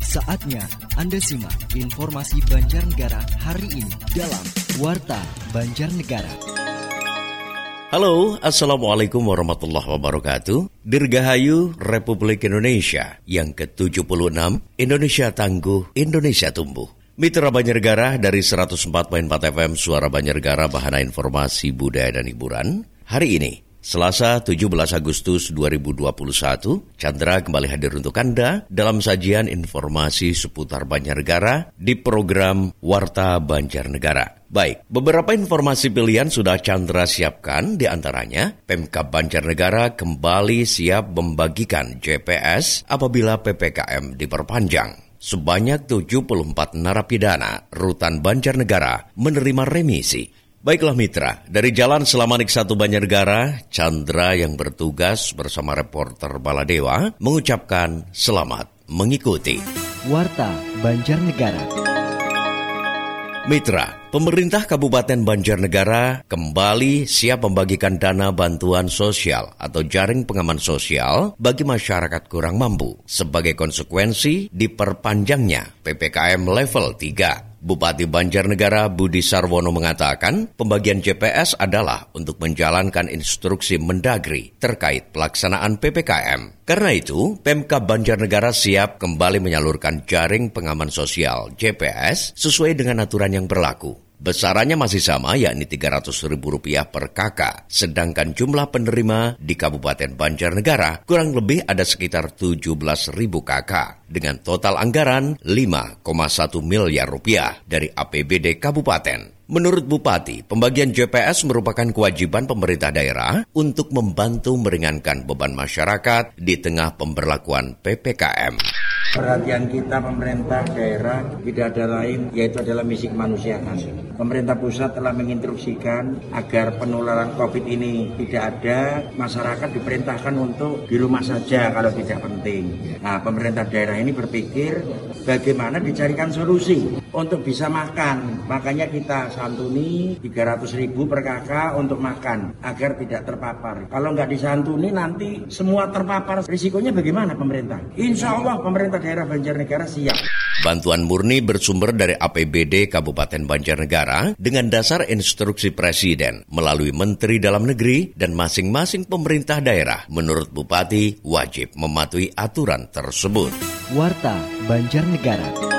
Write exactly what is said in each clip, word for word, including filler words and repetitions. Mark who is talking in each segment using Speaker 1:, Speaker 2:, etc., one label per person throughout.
Speaker 1: Saatnya Anda simak informasi Banjarnegara hari ini dalam Warta Banjarnegara.
Speaker 2: Halo, Assalamualaikum warahmatullahi wabarakatuh. Dirgahayu Republik Indonesia yang ke tujuh puluh enam, Indonesia Tangguh, Indonesia Tumbuh. Mitra Banjarnegara dari seratus empat koma empat F M Suara Banjarnegara, Bahana Informasi Budaya dan Hiburan. Hari ini, Selasa tujuh belas Agustus dua ribu dua puluh satu, Chandra kembali hadir untuk Anda dalam sajian informasi seputar Banjarnegara di program Warta Banjarnegara. Baik, beberapa informasi pilihan sudah Chandra siapkan, di antaranya Pemkab Banjarnegara kembali siap membagikan J P S apabila P P K M diperpanjang. Sebanyak tujuh puluh empat narapidana Rutan Banjarnegara menerima remisi. Baiklah mitra, dari Jalan Selamanik satu Banjarnegara, Chandra yang bertugas bersama reporter Baladewa mengucapkan selamat mengikuti
Speaker 1: Warta Banjarnegara.
Speaker 2: Mitra, pemerintah Kabupaten Banjarnegara kembali siap membagikan dana bantuan sosial atau jaring pengaman sosial bagi masyarakat kurang mampu sebagai konsekuensi diperpanjangnya P P K M level tiga. Bupati Banjarnegara Budi Sarwono mengatakan pembagian J P S adalah untuk menjalankan instruksi Mendagri terkait pelaksanaan P P K M. Karena itu, Pemkab Banjarnegara siap kembali menyalurkan jaring pengaman sosial J P S sesuai dengan aturan yang berlaku. Besarannya masih sama, yakni tiga ratus ribu rupiah per kakak. Sedangkan jumlah penerima di Kabupaten Banjarnegara kurang lebih ada sekitar tujuh belas ribu kakak. Dengan total anggaran lima koma satu miliar rupiah dari A P B D Kabupaten. Menurut Bupati, pembagian J P S merupakan kewajiban pemerintah daerah untuk membantu meringankan beban masyarakat di tengah pemberlakuan P P K M.
Speaker 3: Perhatian kita pemerintah daerah tidak ada lain, yaitu adalah misi kemanusiaan. Pemerintah pusat telah menginstruksikan agar penularan COVID ini tidak ada, masyarakat diperintahkan untuk di rumah saja kalau tidak penting. Nah, pemerintah daerah ini berpikir bagaimana dicarikan solusi untuk bisa makan. Makanya kita santuni tiga ratus ribu per kakak untuk makan agar tidak terpapar. Kalau nggak disantuni nanti semua terpapar. Risikonya bagaimana pemerintah? Insya Allah pemerintah daerah Banjarnegara siap.
Speaker 2: Bantuan murni bersumber dari A P B D Kabupaten Banjarnegara dengan dasar instruksi Presiden melalui Menteri Dalam Negeri dan masing-masing pemerintah daerah menurut Bupati wajib mematuhi aturan tersebut.
Speaker 1: Warta Banjarnegara.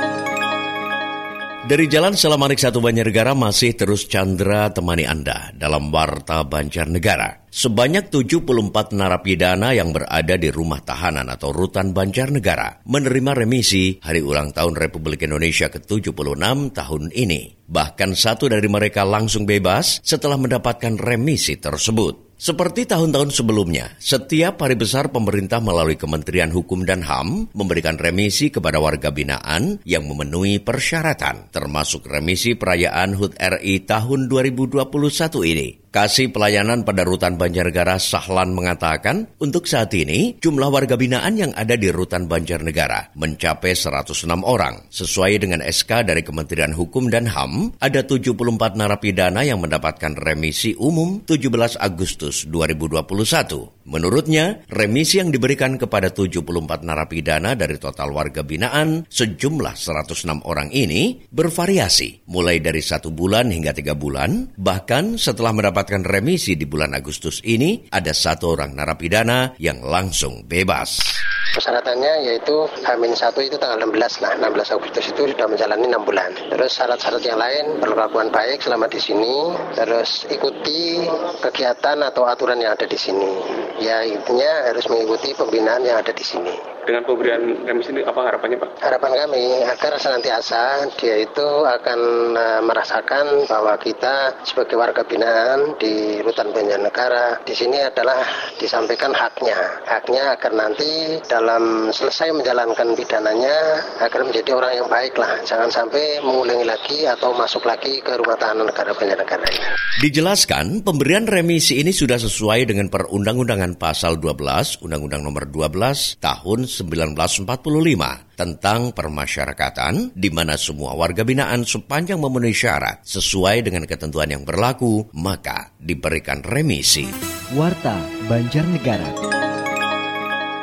Speaker 2: Dari Jalan Selamanik satu Banjarnegara masih terus Chandra temani Anda dalam Warta Banjarnegara. Sebanyak tujuh puluh empat narapidana yang berada di rumah tahanan atau Rutan Banjarnegara menerima remisi hari ulang tahun Republik Indonesia ke tujuh puluh enam tahun ini. Bahkan satu dari mereka langsung bebas setelah mendapatkan remisi tersebut. Seperti tahun-tahun sebelumnya, setiap hari besar pemerintah melalui Kementerian Hukum dan H A M memberikan remisi kepada warga binaan yang memenuhi persyaratan, termasuk remisi perayaan H U T R I tahun dua ribu dua puluh satu ini. Kasih Pelayanan pada Rutan Banjarnegara Sahlan mengatakan, untuk saat ini jumlah warga binaan yang ada di Rutan Banjarnegara mencapai seratus enam orang. Sesuai dengan S K dari Kementerian Hukum dan H A M, ada tujuh puluh empat narapidana yang mendapatkan remisi umum tujuh belas Agustus dua ribu dua puluh satu. Menurutnya, remisi yang diberikan kepada tujuh puluh empat narapidana dari total warga binaan sejumlah seratus enam orang ini bervariasi, mulai dari satu bulan hingga tiga bulan, bahkan setelah mendapatkan remisi di bulan Agustus ini, ada satu orang narapidana yang langsung bebas.
Speaker 4: Persyaratannya yaitu H minus satu itu tanggal enam belas, nah enam belas Agustus itu sudah menjalani enam bulan. Terus syarat-syarat yang lain, perlakuan baik selama di sini, terus ikuti kegiatan atau aturan yang ada di sini. Ya intinya harus mengikuti pembinaan yang ada di sini.
Speaker 5: Dengan pemberian remisi ini apa harapannya Pak?
Speaker 4: Harapan kami agar senantiasa dia itu akan uh, merasakan bahwa kita sebagai warga binaan di Rutan Banjarnegara di sini adalah disampaikan haknya. Haknya agar nanti dalam selesai menjalankan pidananya agar menjadi orang yang baik lah. Jangan sampai mengulangi lagi atau masuk lagi ke rumah tahanan negara Banjarnegara.
Speaker 2: Dijelaskan pemberian remisi ini sudah sesuai dengan Perundang-undangan Pasal dua belas Undang-Undang Nomor dua belas Tahun seribu sembilan ratus empat puluh lima tentang permasyarakatan, di mana semua warga binaan sepanjang memenuhi syarat sesuai dengan ketentuan yang berlaku, maka diberikan remisi.
Speaker 1: Warta Banjarnegara.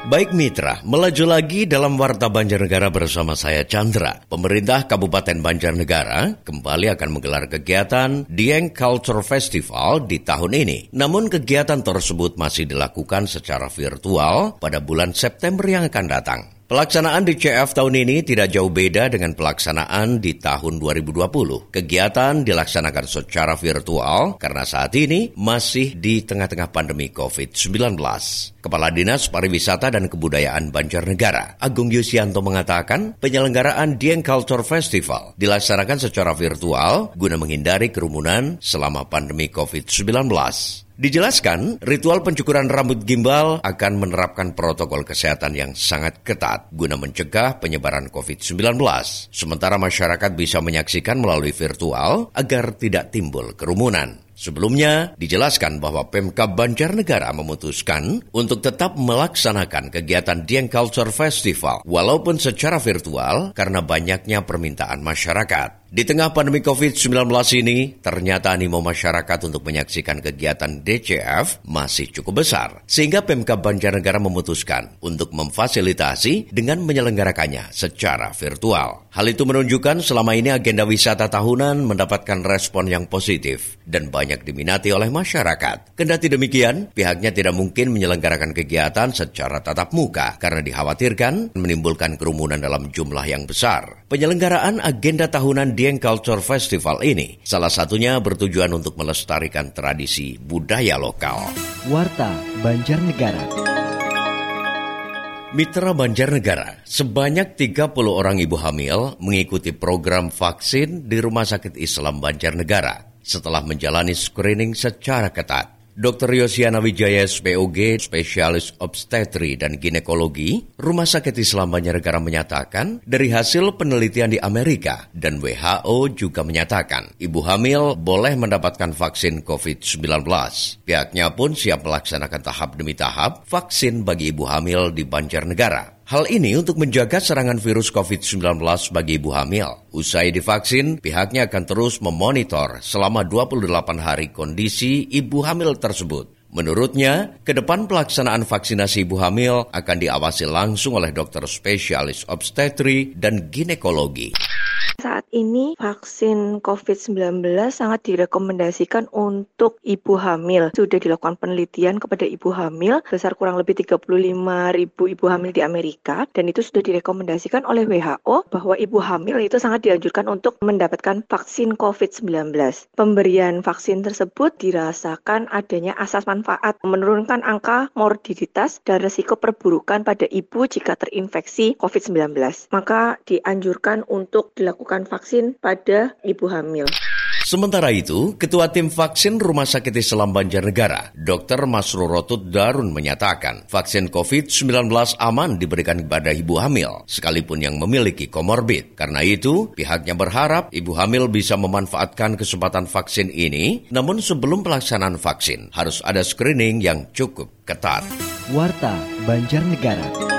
Speaker 2: Baik mitra, melaju lagi dalam Warta Banjarnegara bersama saya Chandra. Pemerintah Kabupaten Banjarnegara kembali akan menggelar kegiatan Dieng Culture Festival di tahun ini. Namun kegiatan tersebut masih dilakukan secara virtual pada bulan September yang akan datang. Pelaksanaan D C F tahun ini tidak jauh beda dengan pelaksanaan di tahun dua ribu dua puluh. Kegiatan dilaksanakan secara virtual karena saat ini masih di tengah-tengah pandemi covid sembilan belas. Kepala Dinas Pariwisata dan Kebudayaan Banjarnegara, Agung Yusianto mengatakan penyelenggaraan Dieng Culture Festival dilaksanakan secara virtual guna menghindari kerumunan selama pandemi covid sembilan belas. Dijelaskan, ritual pencukuran rambut gimbal akan menerapkan protokol kesehatan yang sangat ketat guna mencegah penyebaran covid sembilan belas. Sementara masyarakat bisa menyaksikan melalui virtual agar tidak timbul kerumunan. Sebelumnya, dijelaskan bahwa Pemkab Banjarnegara memutuskan untuk tetap melaksanakan kegiatan Dieng Culture Festival walaupun secara virtual karena banyaknya permintaan masyarakat. Di tengah pandemi covid sembilan belas ini, ternyata animo masyarakat untuk menyaksikan kegiatan D C F masih cukup besar. Sehingga Pemkab Banjarnegara memutuskan untuk memfasilitasi dengan menyelenggarakannya secara virtual. Hal itu menunjukkan selama ini agenda wisata tahunan mendapatkan respon yang positif dan banyak diminati oleh masyarakat. Kendati demikian, pihaknya tidak mungkin menyelenggarakan kegiatan secara tatap muka karena dikhawatirkan menimbulkan kerumunan dalam jumlah yang besar. Penyelenggaraan agenda tahunan Dieng Culture Festival ini salah satunya bertujuan untuk melestarikan tradisi budaya lokal.
Speaker 1: Warta Banjarnegara.
Speaker 2: Mitra Banjarnegara, sebanyak tiga puluh orang ibu hamil mengikuti program vaksin di Rumah Sakit Islam Banjarnegara setelah menjalani screening secara ketat. Dokter Yosiana Wijaya S P O G, spesialis obstetri dan ginekologi, Rumah Sakit Islam Banjarnegara menyatakan dari hasil penelitian di Amerika dan W H O juga menyatakan ibu hamil boleh mendapatkan vaksin covid sembilan belas. Pihaknya pun siap melaksanakan tahap demi tahap vaksin bagi ibu hamil di Banjarnegara. Hal ini untuk menjaga serangan virus covid sembilan belas bagi ibu hamil. Usai divaksin, pihaknya akan terus memonitor selama dua puluh delapan hari kondisi ibu hamil tersebut. Menurutnya, ke depan pelaksanaan vaksinasi ibu hamil akan diawasi langsung oleh dokter spesialis obstetri dan ginekologi.
Speaker 6: Saat ini vaksin covid sembilan belas sangat direkomendasikan untuk ibu hamil. Sudah dilakukan penelitian kepada ibu hamil besar kurang lebih tiga puluh lima ribu ibu hamil di Amerika dan itu sudah direkomendasikan oleh W H O bahwa ibu hamil itu sangat dianjurkan untuk mendapatkan vaksin covid sembilan belas. Pemberian vaksin tersebut dirasakan adanya asas manfaat menurunkan angka morbiditas dan risiko perburukan pada ibu jika terinfeksi covid sembilan belas. Maka dianjurkan untuk dilakukan vaksin pada ibu hamil.
Speaker 2: Sementara itu, Ketua Tim Vaksin Rumah Sakit Islam Banjarnegara, Dokter Masrur Rotut Darun menyatakan vaksin covid sembilan belas aman diberikan kepada ibu hamil, sekalipun yang memiliki komorbid. Karena itu, pihaknya berharap ibu hamil bisa memanfaatkan kesempatan vaksin ini, namun sebelum pelaksanaan vaksin, harus ada screening yang cukup ketat.
Speaker 1: Warta Banjarnegara.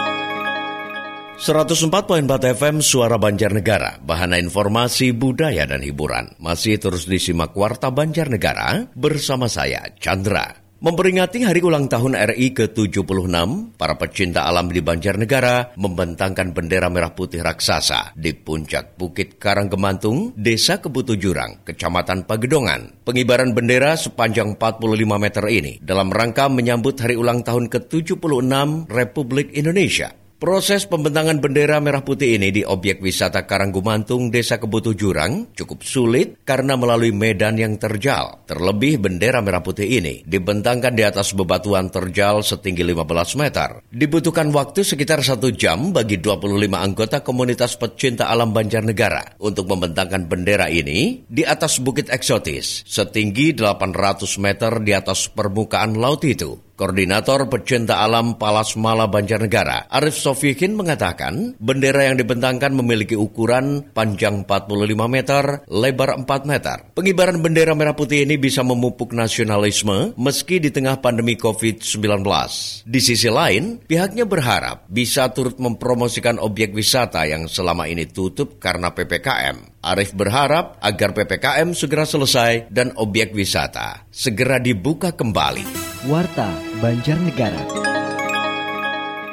Speaker 2: seratus empat koma empat F M Suara Banjarnegara, bahana informasi, budaya, dan hiburan. Masih terus disimak Warta Banjarnegara bersama saya, Chandra. Memperingati hari ulang tahun R I ke tujuh puluh enam, para pecinta alam di Banjarnegara membentangkan bendera merah putih raksasa di puncak Bukit Karanggemantung, Desa Kebutu Jurang, Kecamatan Pagedongan. Pengibaran bendera sepanjang empat puluh lima meter ini dalam rangka menyambut hari ulang tahun ke tujuh puluh enam Republik Indonesia. Proses pembentangan bendera merah putih ini di objek wisata Karanggumantung, Desa Kebutu Jurang cukup sulit karena melalui medan yang terjal. Terlebih bendera merah putih ini dibentangkan di atas bebatuan terjal setinggi lima belas meter. Dibutuhkan waktu sekitar satu jam bagi dua puluh lima anggota komunitas pecinta alam Banjarnegara untuk membentangkan bendera ini di atas bukit eksotis setinggi delapan ratus meter di atas permukaan laut itu. Koordinator Pecinta Alam Palasmala Banjarnegara, Arif Sofikin mengatakan, bendera yang dibentangkan memiliki ukuran panjang empat puluh lima meter, lebar empat meter. Pengibaran bendera merah putih ini bisa memupuk nasionalisme meski di tengah pandemi covid sembilan belas. Di sisi lain, pihaknya berharap bisa turut mempromosikan objek wisata yang selama ini tutup karena P P K M. Arif berharap agar P P K M segera selesai dan objek wisata segera dibuka kembali.
Speaker 1: Warta Banjarnegara.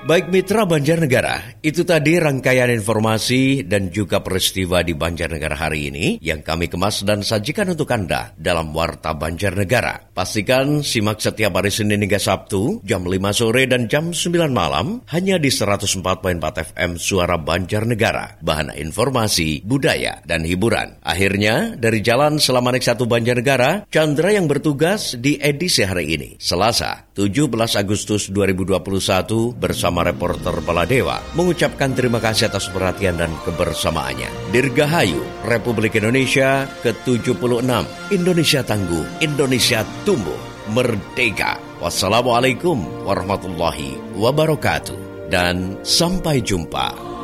Speaker 2: Baik mitra Banjarnegara, itu tadi rangkaian informasi dan juga peristiwa di Banjarnegara hari ini yang kami kemas dan sajikan untuk Anda dalam Warta Banjarnegara. Pastikan simak setiap hari Senin hingga Sabtu jam lima sore dan jam sembilan malam hanya di seratus empat koma empat F M Suara Banjarnegara. Bahan informasi, budaya, dan hiburan. Akhirnya, dari Jalan Selamanik satu Banjarnegara, Chandra yang bertugas di edisi hari ini, Selasa, tujuh belas Agustus dua ribu dua puluh satu bersama reporter Baladewa mengucapkan terima kasih atas perhatian dan kebersamaannya. Dirgahayu Republik Indonesia ke tujuh puluh enam. Indonesia tangguh, Indonesia tumbuh, merdeka. Wassalamualaikum warahmatullahi wabarakatuh dan sampai jumpa.